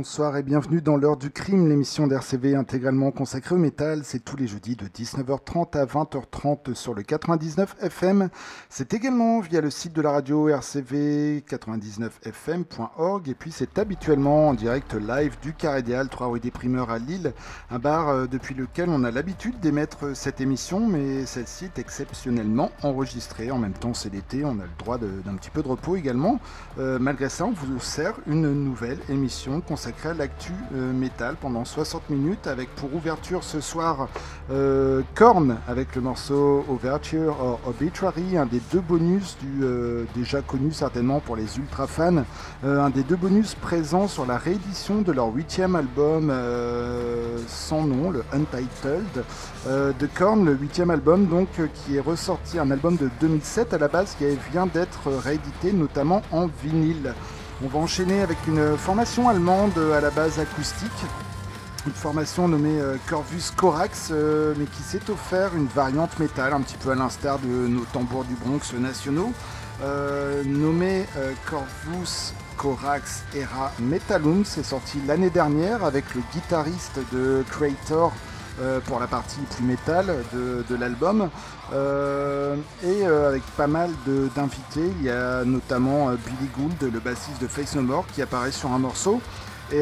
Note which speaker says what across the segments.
Speaker 1: bonsoir et bienvenue dans l'heure du crime, l'émission d'RCV intégralement consacrée au métal. C'est tous les jeudis de 19h30 à 20h30 sur le 99 FM. C'est également via le site de la radio rcv99fm.org et puis c'est habituellement en direct live du Carré des Halles, 3 rue des Primeurs à Lille, un bar depuis lequel on a l'habitude d'émettre cette émission, mais celle-ci est exceptionnellement enregistrée. En même temps, c'est l'été, on a le droit d'un petit peu de repos également. Malgré ça, on vous sert une nouvelle émission consacrée à l'actu métal pendant 60 minutes avec pour ouverture ce soir Korn avec le morceau Overture or Obituary, un des deux bonus déjà connu certainement pour les ultra fans, un des deux bonus présents sur la réédition de leur 8e album sans nom, le Untitled de Korn, le 8e album donc qui est ressorti, un album de 2007 à la base qui vient d'être réédité notamment en vinyle. On va enchaîner avec une formation allemande à la base acoustique, une formation nommée Corvus Corax, mais qui s'est offert une variante métal, un petit peu à l'instar de nos tambours du Bronx nationaux, nommée Corvus Corax Era Metallum. C'est sorti l'année dernière avec le guitariste de Creator pour la partie plus métal de l'album, et avec pas mal d'invités. Il y a notamment Billy Gould, le bassiste de Faith No More, qui apparaît sur un morceau. Et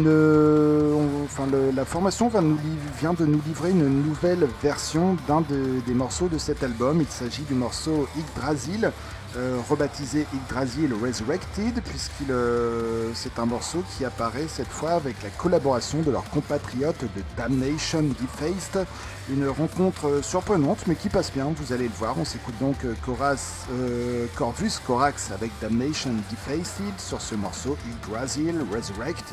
Speaker 1: la formation vient de nous livrer une nouvelle version d'un des morceaux de cet album. Il s'agit du morceau Yggdrasil, rebaptisé Yggdrasil Resurrected, c'est un morceau qui apparaît cette fois avec la collaboration de leurs compatriotes de Damnation Defaced. Une rencontre surprenante mais qui passe bien, vous allez le voir. On s'écoute donc Corvus Corax avec Damnation Defaced sur ce morceau Yggdrasil Resurrected.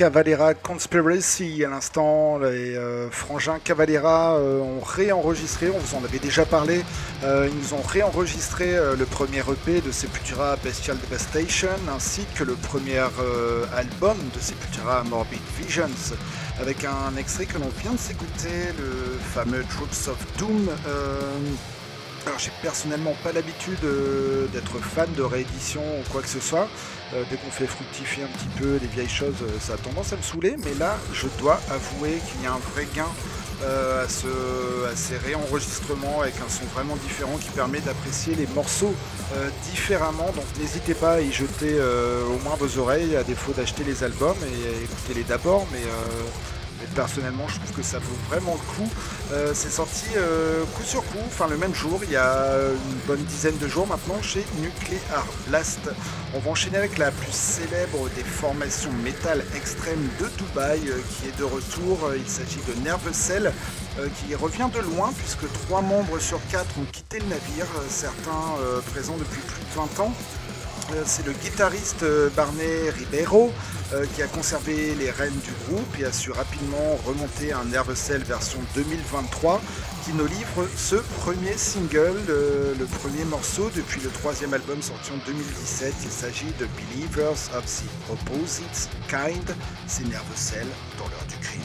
Speaker 1: Cavalera Conspiracy à l'instant. Les frangins Cavalera ont réenregistré, on vous en avait déjà parlé, ils nous ont réenregistré le premier EP de Sepultura, Bestial Devastation, ainsi que le premier album de Sepultura, Morbid Visions, avec un extrait que l'on vient de s'écouter, le fameux Troops of Doom. Alors j'ai personnellement pas l'habitude d'être fan de réédition ou quoi que ce soit. Dès qu'on fait fructifier un petit peu les vieilles choses, ça a tendance à me saouler. Mais là, je dois avouer qu'il y a un vrai gain à ces réenregistrements avec un son vraiment différent qui permet d'apprécier les morceaux différemment. Donc n'hésitez pas à y jeter au moins vos oreilles, à défaut d'acheter les albums, et écoutez-les d'abord. Mais personnellement, je trouve que ça vaut vraiment le coup. C'est sorti coup sur coup, enfin le même jour, il y a une bonne dizaine de jours maintenant, chez Nuclear Blast. On va enchaîner avec la plus célèbre des formations métal extrême de Dubaï, qui est de retour. Il s'agit de Nervous Cell, qui revient de loin, puisque 3 membres sur 4 ont quitté le navire, certains présents depuis plus de 20 ans. C'est le guitariste Barney Ribeiro qui a conservé les rênes du groupe et a su rapidement remonter un Nervous Cell version 2023 qui nous livre ce premier single, le premier morceau depuis le 3e album sorti en 2017. Il s'agit de Believers of the Opposite Kind. C'est Nervous Cell dans l'heure du crime.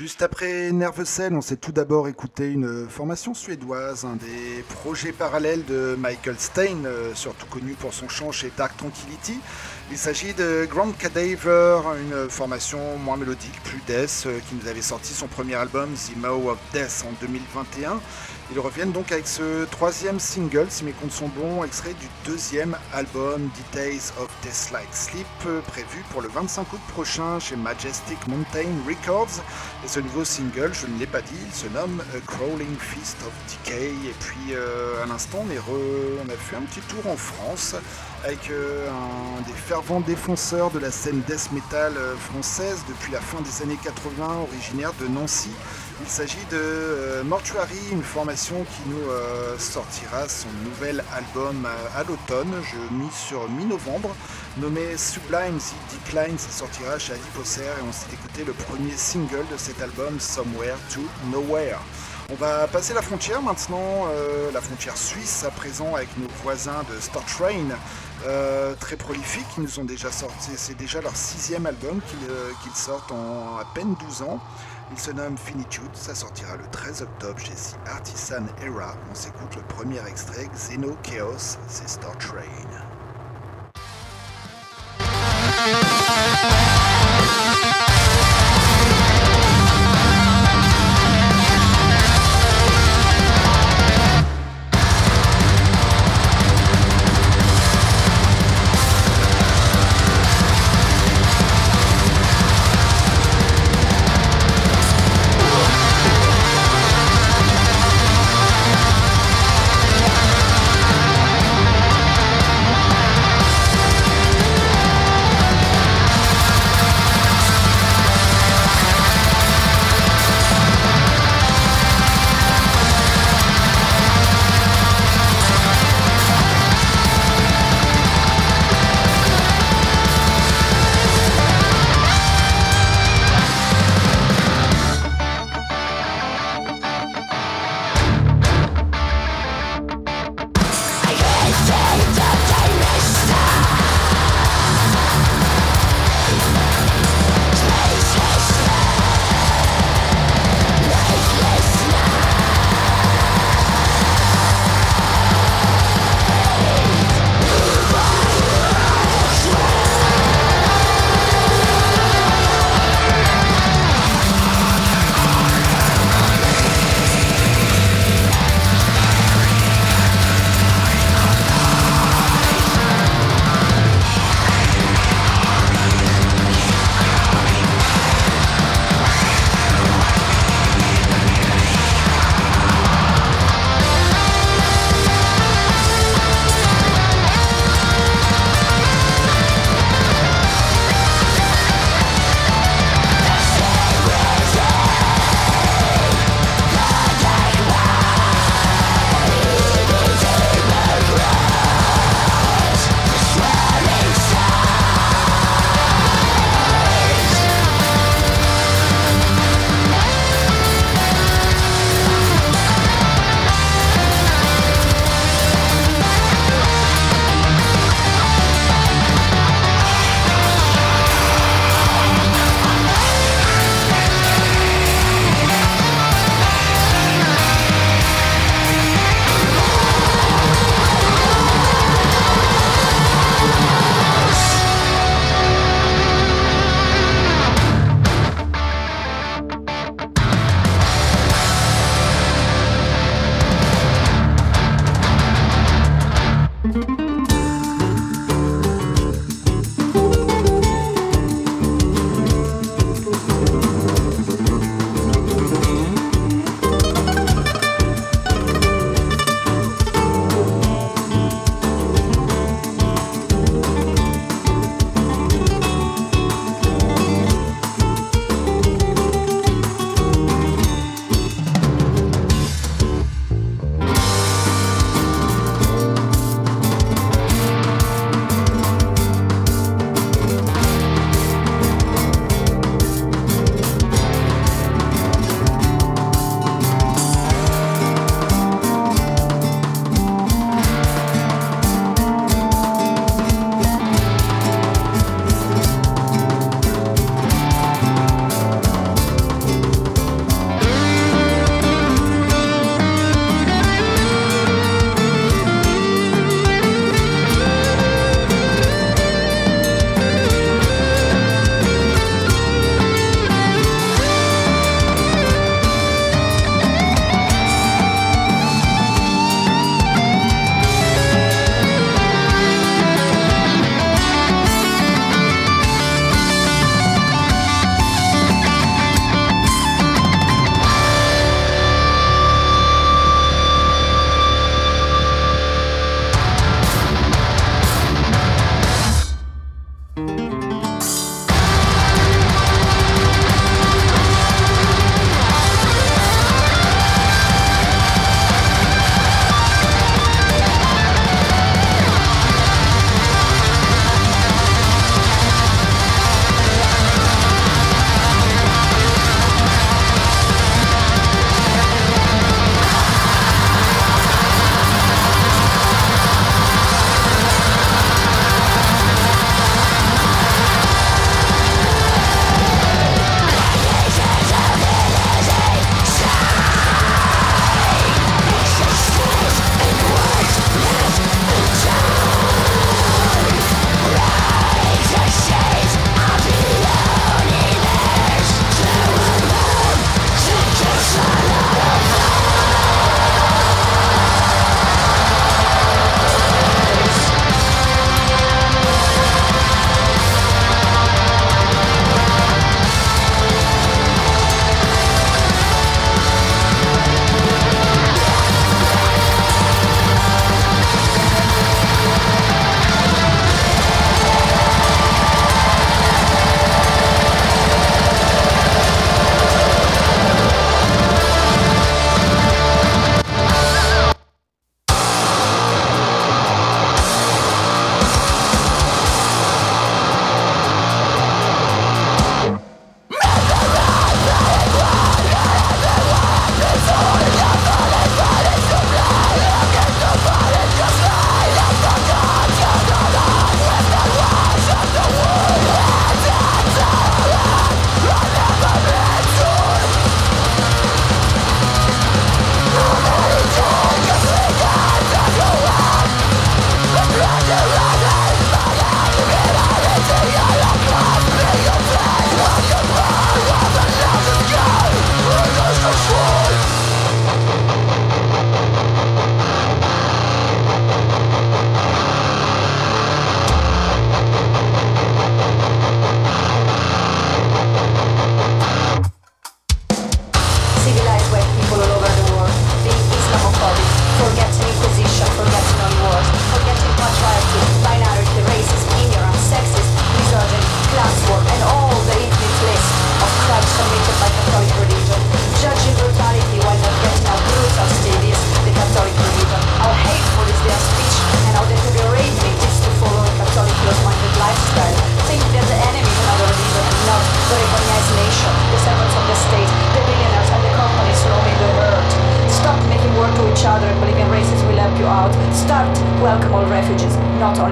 Speaker 1: Juste après Nervecell, on s'est tout d'abord écouté une formation suédoise, un des projets parallèles de Michael Stein, surtout connu pour son chant chez Dark Tranquillity. Il s'agit de Grand Cadaver, une formation moins mélodique, plus death, qui nous avait sorti son premier album The Maw of Death en 2021. Ils reviennent donc avec ce troisième single, si mes comptes sont bons, extrait du deuxième album Details of Deathlike Sleep, prévu pour le 25 août prochain chez Majestic Mountain Records. Et ce nouveau single, je ne l'ai pas dit, il se nomme A Crawling Feast of Decay. Et puis à l'instant, on a fait un petit tour en France avec un des fervents défenseurs de la scène death metal française depuis la fin des années 80, originaire de Nancy. Il s'agit de Mortuary, une formation qui nous sortira son nouvel album à l'automne, je mise sur mi-novembre, nommé Sublime The Decline. Ça sortira chez Adiposer et on s'est écouté le premier single de cet album, Somewhere to Nowhere. On va passer la frontière maintenant, la frontière suisse à présent, avec nos voisins de Star Train, très prolifiques. Ils nous ont déjà sorti, c'est déjà leur 6e album qu'ils sortent en à peine 12 ans. Il se nomme Finitude, ça sortira le 13 octobre chez The Artisan Era. On s'écoute le premier extrait, Xeno Chaos, c'est Star Train.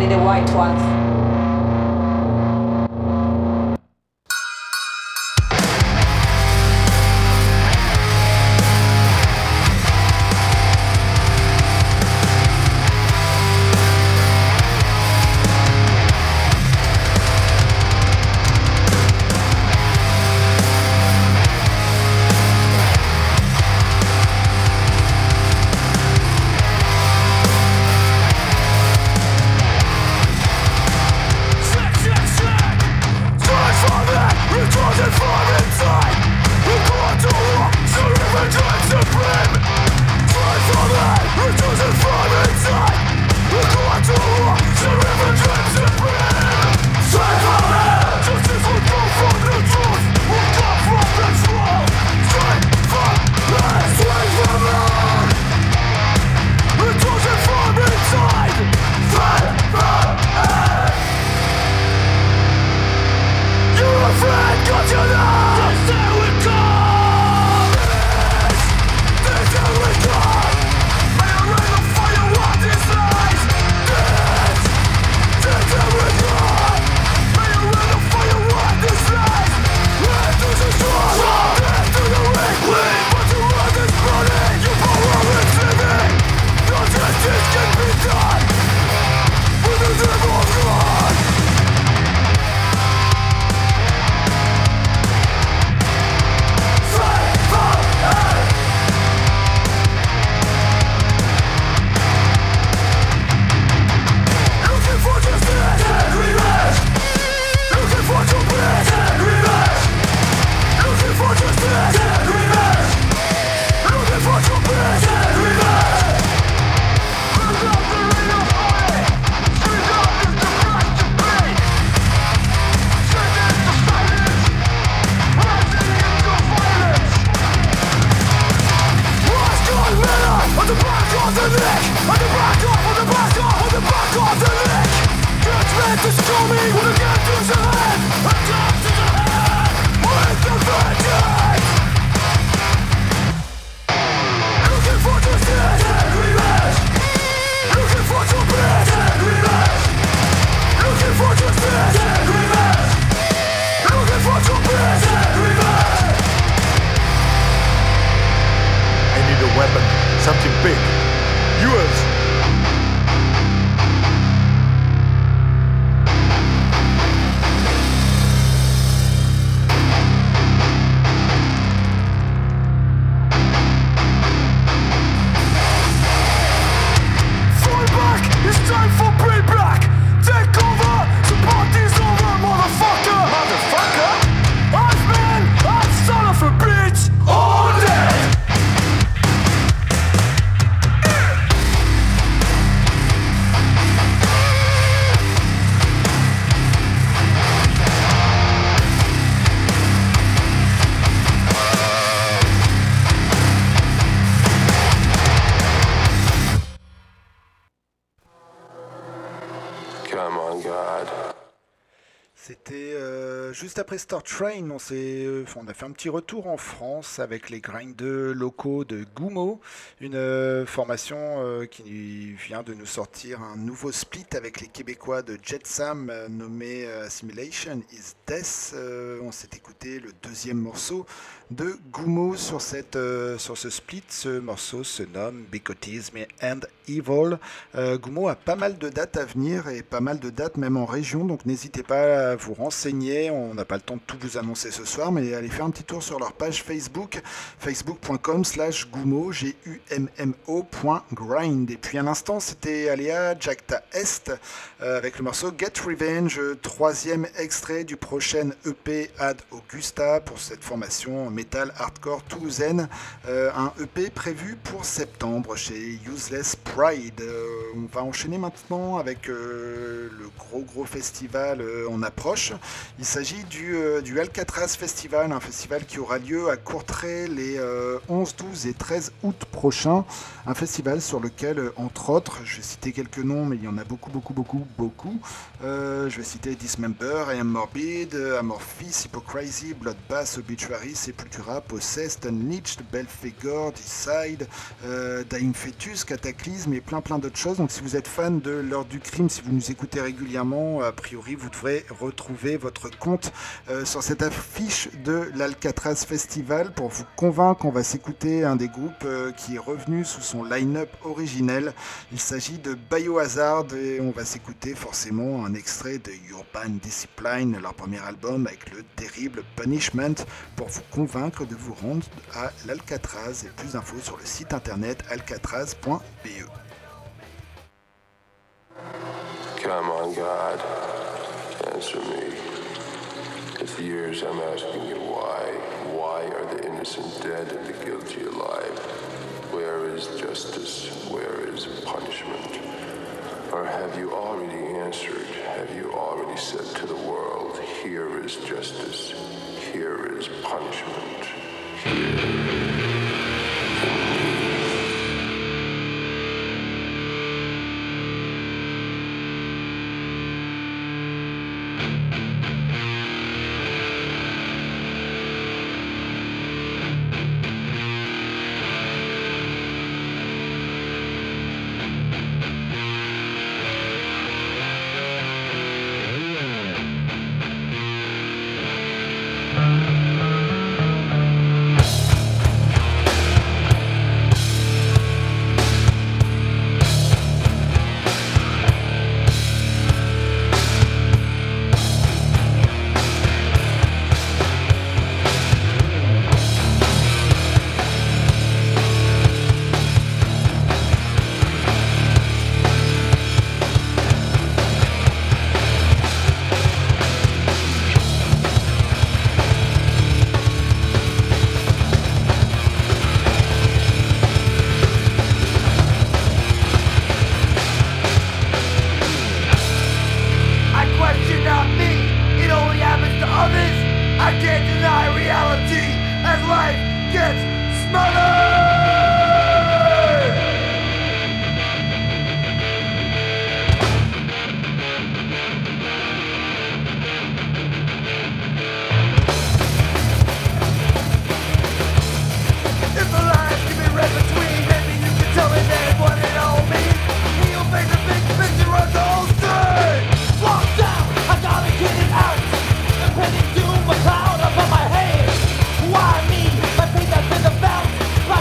Speaker 2: only the white ones.
Speaker 1: C'était juste après Star Train, on a fait un petit retour en France avec les grinders locaux de Goumo, une formation qui vient de nous sortir un nouveau split avec les Québécois de Jetsam nommé Assimilation is Death. On s'est écouté le deuxième morceau de Goumo sur ce split. Ce morceau se nomme Bicotism and Evil. Goumo a pas mal de dates à venir et pas mal de dates même en région, donc n'hésitez pas à vous renseigner. On n'a pas le temps de tout vous annoncer ce soir, mais allez faire un petit tour sur leur page Facebook, facebook.com/Goumo, GUMMO.grind. Et puis à l'instant, c'était Aléa Jacta Est avec le morceau Get Revenge, troisième extrait du prochain EP Ad Augusta pour cette formation metal hardcore toulousaine, un EP prévu pour septembre chez Useless Pride. On va enchaîner maintenant avec le gros festival, on n'a approche. Il s'agit du Alcatraz Festival, un festival qui aura lieu à Courtrai les 11, 12 et 13 août prochains. Un festival sur lequel, entre autres, je vais citer quelques noms, mais il y en a beaucoup. Je vais citer Dismember, I Am Morbid, Amorphis, Hypocrisy, Bloodbath, Obituary, Sepultura, Possessed, Unleashed, Belphegor, Decide, Dying Fetus, Cataclysme et plein d'autres choses. Donc si vous êtes fan de l'heure du crime, si vous nous écoutez régulièrement, a priori vous devrez retrouver votre compte sur cette affiche de l'Alcatraz Festival. Pour vous convaincre, on va s'écouter un des groupes qui est revenu sous son line-up originel. Il s'agit de Biohazard et on va s'écouter forcément un extrait de Urban Discipline, leur premier album avec le terrible Punishment, pour vous convaincre de vous rendre à l'Alcatraz. Et plus d'infos sur le site internet alcatraz.be.
Speaker 2: Come on, God, answer me. It's years I'm asking you why. Why are the innocent dead and the guilty alive? Where is justice? Where is punishment? Or have you already answered? Have you already said to the world, here is justice, here is punishment, here
Speaker 3: Cloud above my head. Why me? My faith has been the belt.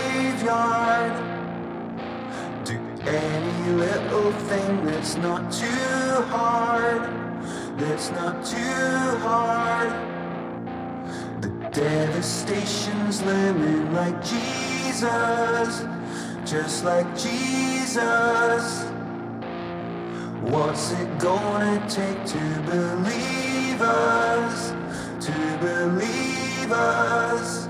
Speaker 3: graveyard. Do any little thing that's not too hard, that's not too hard. The devastation's looming like Jesus, just like Jesus. What's it gonna take to believe us, to believe us?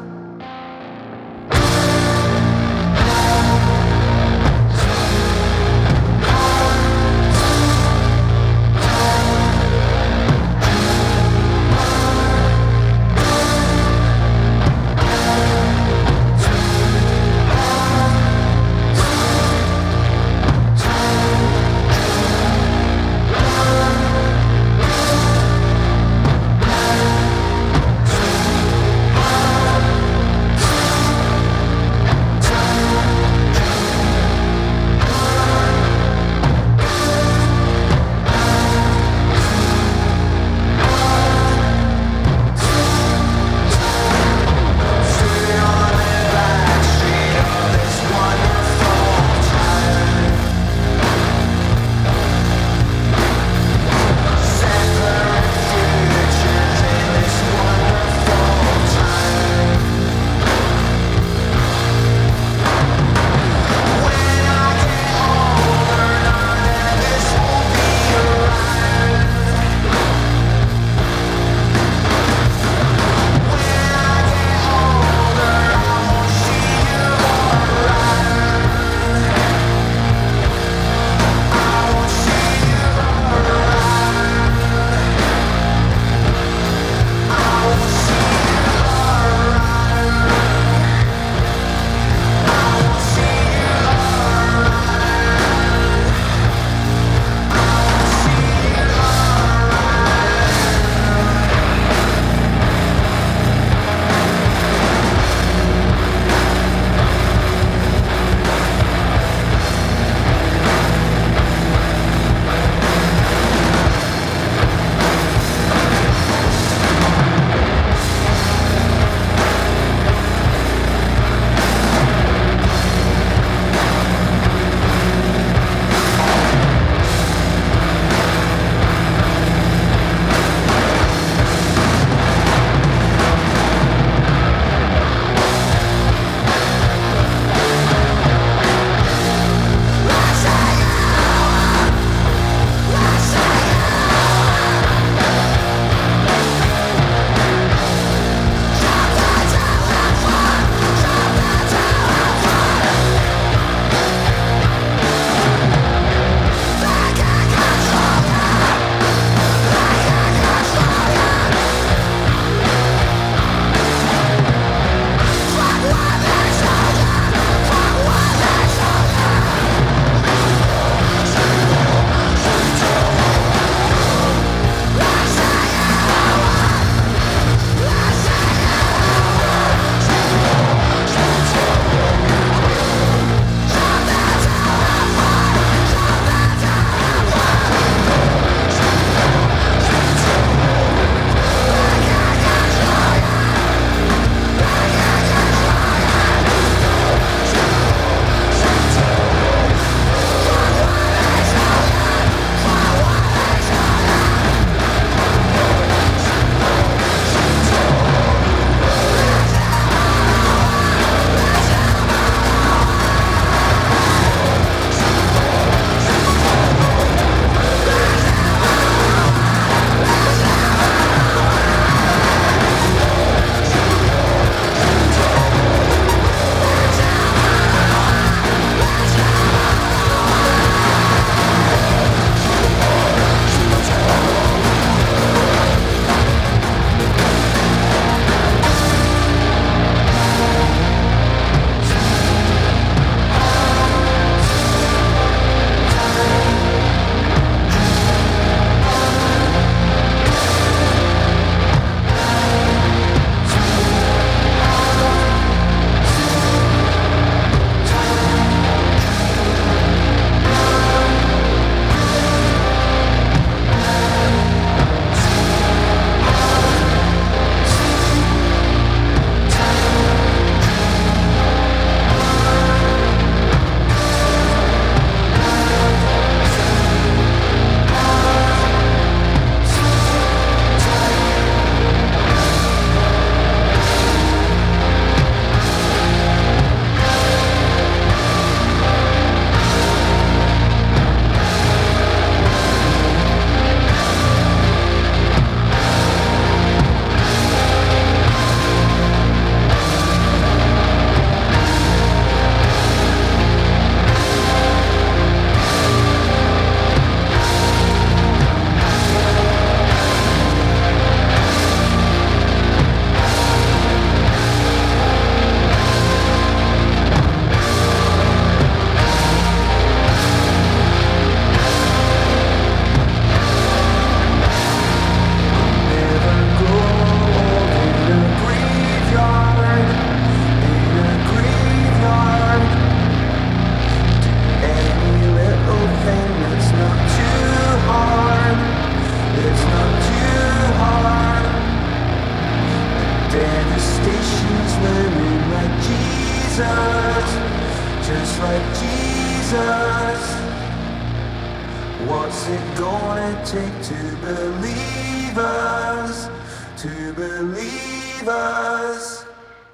Speaker 3: just like Jesus. What's it gonna take to believe us? To believe us?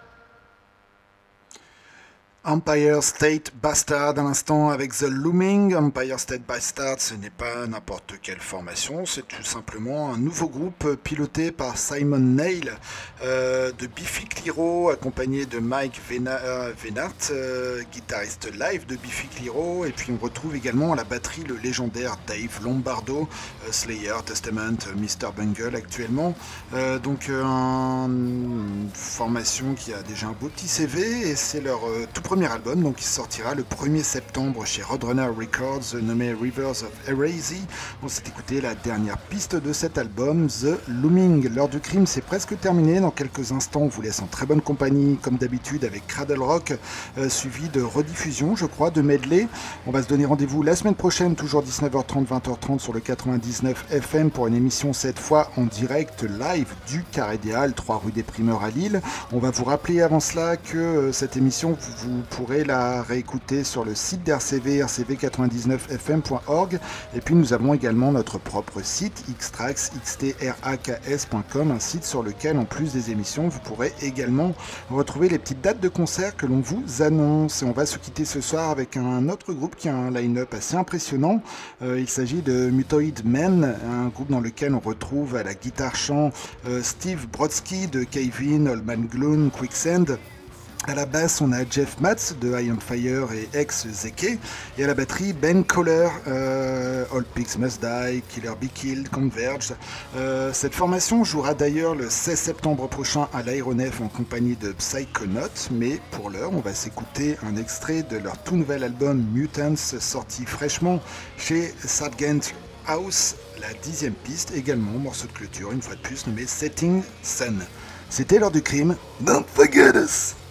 Speaker 1: Empire State Bastard à l'instant avec The Looming. Empire State Bastard, ce n'est pas n'importe quelle formation, c'est tout simplement un nouveau groupe piloté par Simon Neil de Biffy Clyro, accompagné de Mike Venart, guitariste live de Biffy Clyro, et puis on retrouve également à la batterie le légendaire Dave Lombardo, Slayer, Testament, Mr. Bungle actuellement. Donc une formation qui a déjà un beau petit CV et c'est leur tout premier album, donc il sortira le 1er septembre chez Roadrunner Records, nommé Rivers of Heresy. On s'est écouté la dernière piste de cet album, The Looming. L'heure du crime, c'est presque terminé. Dans quelques instants, on vous laisse en très bonne compagnie, comme d'habitude, avec Cradle Rock, suivi de rediffusion, je crois, de medley. On va se donner rendez-vous la semaine prochaine, toujours 19h30, 20h30 sur le 99 FM pour une émission cette fois en direct live du Carré des Halles, 3 rue des Primeurs à Lille. On va vous rappeler avant cela que cette émission, vous pourrez la réécouter sur le site d'RCV, rcv99fm.org. Et puis nous avons également notre propre site, xtrax.com, un site sur lequel, en plus des émissions, vous pourrez également retrouver les petites dates de concerts que l'on vous annonce. Et on va se quitter ce soir avec un autre groupe qui a un line-up assez impressionnant. Il s'agit de Mutoid Men, un groupe dans lequel on retrouve à la guitare-chant Steve Brodsky de Kevin, Allman Gloom, Quicksand. À la basse, on a Jeff Matz de I Am Fire et ex-Zeke. Et à la batterie, Ben Kohler, All Pigs Must Die, Killer Be Killed, Converge. Cette formation jouera d'ailleurs le 16 septembre prochain à l'Aéronef en compagnie de Psychonaut. Mais pour l'heure, on va s'écouter un extrait de leur tout nouvel album Mutants, sorti fraîchement chez Sargent House. La 10e piste, également morceau de clôture, une fois de plus nommé Setting Sun. C'était l'heure du crime. Don't forget us!